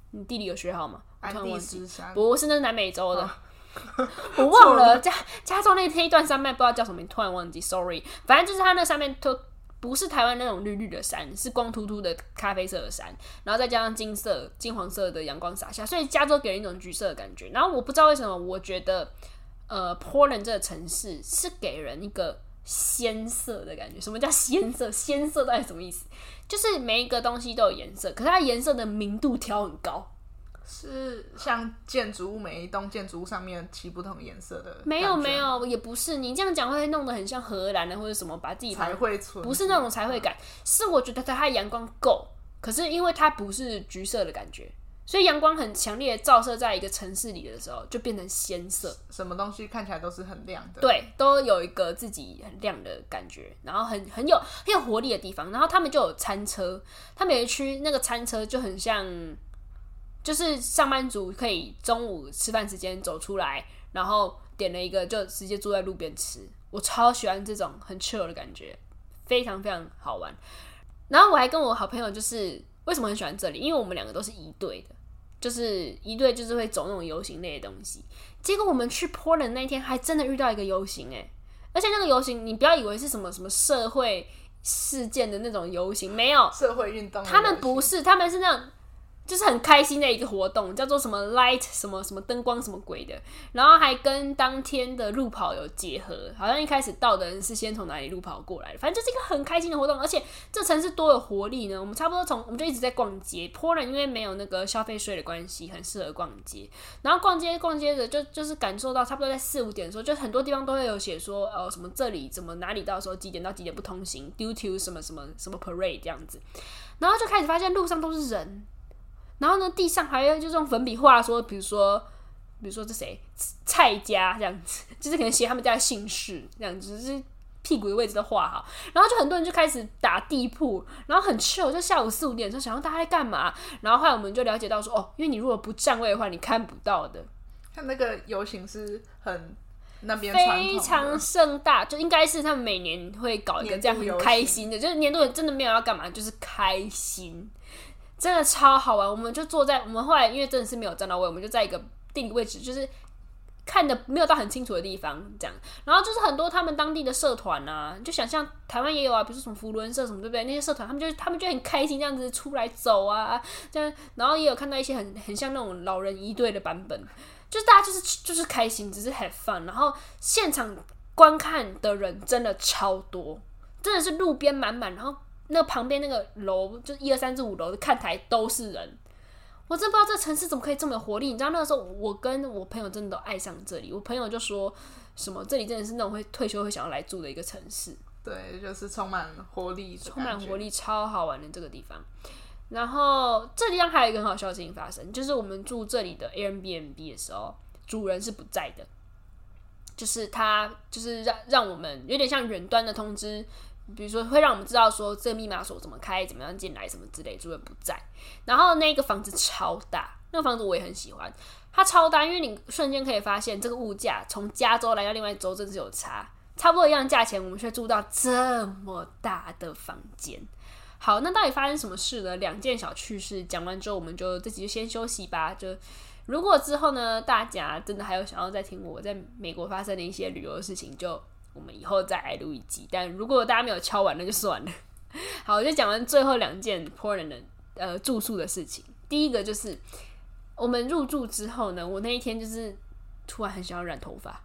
你地理有学好吗？我突然忘记，不是，那是南美洲的。哦、我忘了加加州那那一段山脉不知道叫什么名，突然忘记 ，sorry。反正就是它那上面都不是台湾那种绿绿的山，是光秃秃的咖啡色的山，然后再加上金色、金黄色的阳光洒下，所以加州给人一种橘色的感觉。然后我不知道为什么，我觉得呃 Portland 这个城市是给人一个鲜色的感觉。什么叫鲜色？鲜色到底什么意思？就是每一个东西都有颜色，可是它颜色的明度调很高。 是像建筑物每一栋建筑物上面漆不同颜色的？ 没有没有，也不是。你这样讲会弄得很像荷兰的或者什么，把自己彩绘村， 不是那种彩绘感，是我觉得它阳光够，可是因为它不是橘色的感觉，所以阳光很强烈的照射在一个城市里的时候，就变成鲜色。 什么东西看起来都是很亮的， 对，都有一个自己很亮的感觉，然后很很有很有活力的地方。然后他们就有餐车，他们有一区那个餐车就很像。就是上班族可以中午吃饭时间走出来，然后点了一个就直接坐在路边吃。我超喜欢这种很 chill 的感觉，非常非常好玩。然后我还跟我好朋友就是为什么很喜欢这里，因为我们两个都是一队的，就是一队就是会走那种游行类的东西。结果我们去 Portland 那天还真的遇到一个游行哎，而且那个游行你不要以为是什么什么社会事件的那种游行，没有社会运动， 他们不是，他们是那种。就是很开心的一个活动，叫做什么 light 什么什么灯光什么鬼的，然后还跟当天的路跑有结合，好像一开始到的人是先从哪里路跑过来的，反正就是一个很开心的活动。而且这城市多有活力呢，我们差不多从我们就一直在逛街，波兰因为没有那个消费税的关系，很适合逛街。然后逛街逛街的就就是感受到差不多在四五点的时候，就很多地方都会有写说，呃，什么这里怎么哪里到时候几点到几点不通行 ，due to 什么什么什么 parade 这样子，然后就开始发现路上都是人。然后呢，地上还有就用粉笔画说，比如说，比如说这谁蔡家这样子，就是可能写他们家的姓氏这样子，就是屁股的位置都画好。然后就很多人就开始打地铺，然后很 chill， 就下午四五点的时候，想要大家在干嘛？然后后来我们就了解到说，哦，因为你如果不站位的话，你看不到的。 看那个游行是很那边非常盛大，就应该是他们每年会搞一个这样很开心的，就是年度真的没有要干嘛，就是开心。真的超好玩，我们就坐在我们后来因为真的是没有站到位，我们就在一个地理位置，就是看的没有到很清楚的地方，这样。然后就是很多他们当地的社团啊，就想象台湾也有啊，比如说什么扶轮社什么，对不对？那些社团他们就他们就很开心这样子出来走啊，这样。然后也有看到一些很很像那种老人一队的版本，就是大家就是就是开心，只是 have fun。然后现场观看的人真的超多，真的是路边满满，然后。那旁边那个楼，就一二三四五楼的看台都是人，我真不知道这城市怎么可以这么有活力。你知道那个时候，我跟我朋友真的都爱上这里。我朋友就说什么，这里真的是那种会退休会想要来住的一个城市。 对，就是充满活力， 充满活力，超好玩的这个地方。然后这地方还有一个很好笑的事情发生，就是我们住这里的 Airbnb 的时候，主人是不在的，就是他就是让让我们有点像远端的通知。比如说会让我们知道说这个密码锁怎么开，怎么样进来什么之类，主人不在。然后那个房子超大，那个房子我也很喜欢，它超大，因为你瞬间可以发现这个物价从加州来到另外一州真是有差，差不多一样价钱，我们却住到这么大的房间。好，那到底发生什么事呢？两件小趣事讲完之后，我们就这集就先休息吧。就如果之后呢，大家真的还有想要再听我在美国发生的一些旅游的事情，就我们以后再来录一集，但如果大家没有敲完，那就算了。好，我就讲完最后两件 Portland 的呃住宿的事情。第一个就是我们入住之后呢，我那一天就是突然很想要染头发，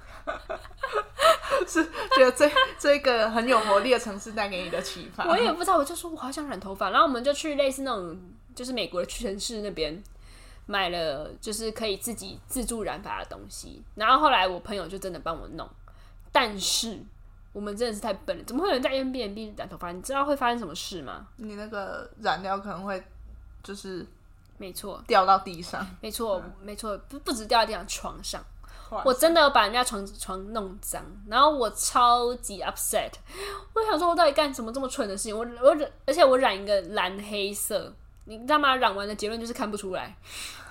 是觉得这这个很有活力的城市带给你的启发。 我也不知道，我就说我好想染头发，然后我们就去类似那种就是美国的屈臣氏那边。买了就是可以自己自助染发的东西，然后后来我朋友就真的帮我弄。但是我们真的是太笨了，怎么会有人在 Airbnb 染头发？你知道会发生什么事吗？ 你那个染料可能会就是没错掉到地上， 没错、嗯、没错，不不止掉到地上，床上。我真的有把人家床床弄脏，然后我超级 upset。我想说，我到底干什么这么蠢的事情？我我而且我染一个蓝黑色，你知道吗？染完的结论就是看不出来。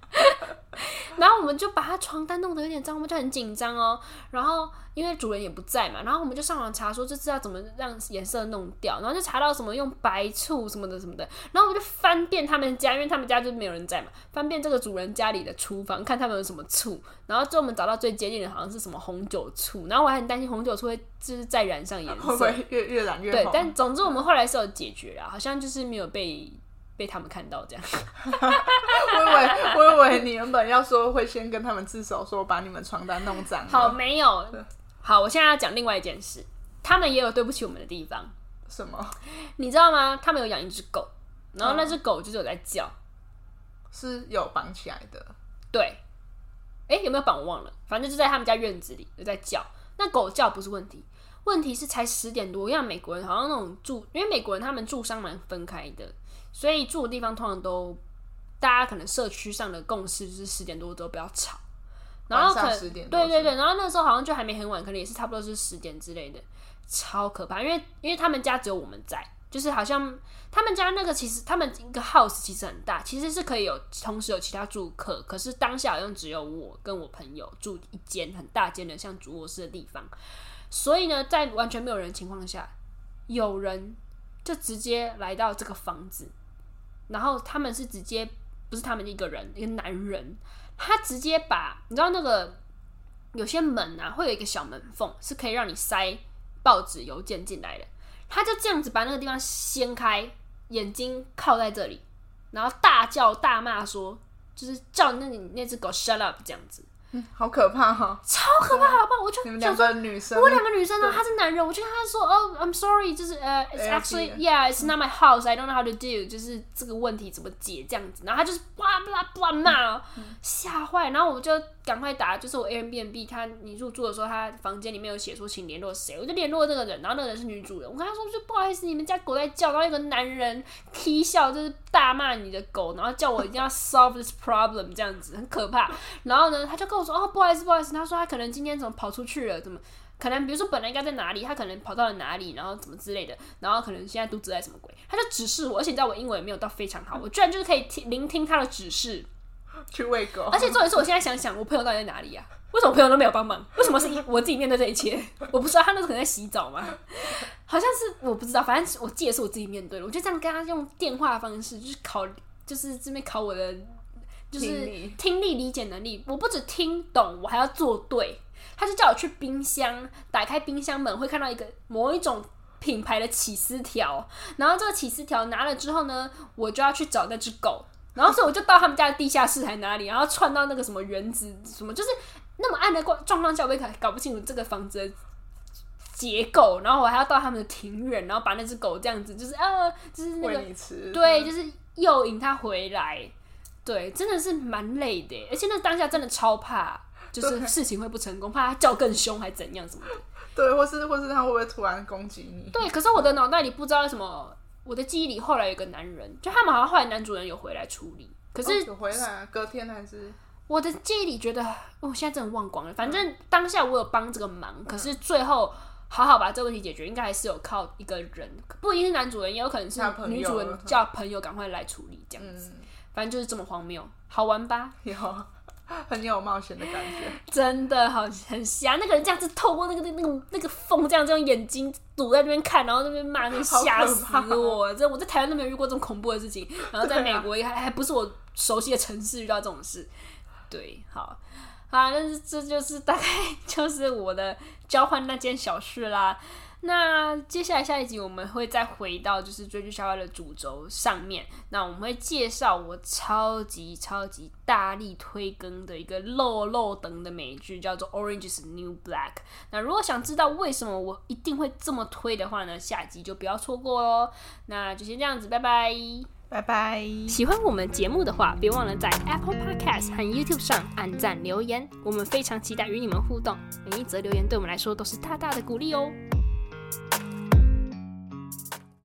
然后我们就把他床单弄得有点脏，我们就很紧张哦。然后因为主人也不在嘛，然后我们就上网查说，就知道怎么让颜色弄掉，然后就查到什么用白醋什么的什么的。然后我就翻遍他们家，因为他们家就没有人在嘛，翻遍这个主人家里的厨房，看他们有什么醋。然后最后我们找到最接近的好像是什么红酒醋，然后我还很担心红酒醋会就是再染上颜色， 会不会越越染越红？ 对，但总之我们后来是有解决啦，好像就是没有被。被他们看到这样， 我以为我以为你原本要说会先跟他们自首，说把你们床单弄脏了。 好，没有。好，我现在要讲另外一件事，他们也有对不起我们的地方。 什么？ 你知道吗？他们有养一只狗，然后那只狗就是有在叫， 是有绑起来的。 对，哎、欸，有没有绑我忘了，反正就在他们家院子里有在叫。那狗叫不是问题，问题是才十点多，像美国人好像那种住，因为美国人他们住商蛮分开的。所以住的地方通常都，大家可能社区上的共识就是十点多之后不要吵，然后可能十点对对对，然后那时候好像就还没很晚，可能也是差不多是十点之类的，超可怕，因为因为他们家只有我们在，就是好像他们家那个其实他们一个 house 其实很大，其实是可以有同时有其他住客，可是当下好像只有我跟我朋友住一间很大间的像主卧室的地方，所以呢，在完全没有人的情况下，有人就直接来到这个房子。然后他们是直接不是他们一个人，一个男人，他直接把你知道那个有些门啊会有一个小门缝，是可以让你塞报纸、邮件进来的。他就这样子把那个地方掀开，眼睛靠在这里，然后大叫大骂说，就是叫那那只狗 shut up 这样子。 嗯，好可怕哈、哦， 超可怕，好不好？我就你们两个女生， 我两个女生呢，他是男人，我就跟他说，哦、oh, ，I'm sorry， 就是呃、uh, ，it's actually yeah，it's not my house，I don't know how to do， 就是这个问题怎么解这样子，然后他就是哇啦哇骂，吓坏，然后我就赶快打，就是我 Airbnb， 他你入住的时候，他房间里面有写说请联络谁，我就联络这个人，然后那个人是女主人，我跟他说就不好意思，你们家狗在叫，然后一个男人踢笑，就是大骂你的狗，然后叫我一定要 solve this problem 这样子，很可怕，然后呢，他就跟我说哦不好意思不好意思，他说他可能今天怎么跑出去了，怎么可能比如说本来应该在哪里，他可能跑到了哪里，然后怎么之类的，然后可能现在肚子在什么鬼，他就指示我，而且你知道我英文也没有到非常好，我居然就是可以听聆听他的指示去喂狗， 而且重点是我现在想想，我朋友到底在哪里呀、啊？为什么朋友都没有帮忙？为什么是我自己面对这一切？我不知道他那时候可能在洗澡吗？好像是我不知道，反正我记得是我自己面对的。我就这样跟他用电话的方式，就是考，就是这边考我的，就是听力理解能力。我不只听懂，我还要做对。他就叫我去冰箱，打开冰箱门会看到一个某一种品牌的起司条，然后这个起司条拿了之后呢，我就要去找那只狗。然后所以我就到他们家的地下室还哪里，然后串到那个什么原子什么，就是那么暗的状况下，我也搞不清楚这个房子的结构。然后我还要到他们的庭院，然后把那只狗这样子，就是啊，就是那个喂你吃， 对，就是诱引它回来。对，真的是蛮累的，而且那当下真的超怕，就是事情会不成功，怕它叫更凶还怎样什么的。 对，或是或是他会不会突然攻击你？ 对，可是我的脑袋里不知道为什么。我的记忆里后来有个男人，就他们好像后来男主人有回来处理，可是、 哦、有回来、啊，隔天还是我的记忆里觉得，我、哦、现在真的忘光了。反正当下我有帮这个忙，可是最后好好把这个问题解决，应该还是有靠一个人，不一定是男主人，也有可能是女主人叫朋友赶快来处理这样子。嗯、反正就是这么荒谬，好玩吧？ 有。很有冒险的感觉， 真的好很瞎。那个人这样子透过那个那个那个缝，这样这样眼睛堵在那边看，然后那边骂，那吓死我！这我在台湾都没有遇过这么恐怖的事情，然后在美国还、啊、还不是我熟悉的城市遇到这种事。对，好啊，但是这就是大概就是我的交换那件小事啦。那接下来下一集我们会再回到就是追剧校外的主轴上面，那我们会介绍我超级超级大力推更的一个漏漏等的美剧，叫做 Orange is the New Black。 那如果想知道为什么我一定会这么推的话呢，下集就不要错过咯。那就先这样子，拜拜拜拜。 喜欢我们节目的话，别忘了在 Apple Podcast 和 YouTube 上按赞留言，我们非常期待与你们互动，每一则留言对我们来说都是大大的鼓励哦。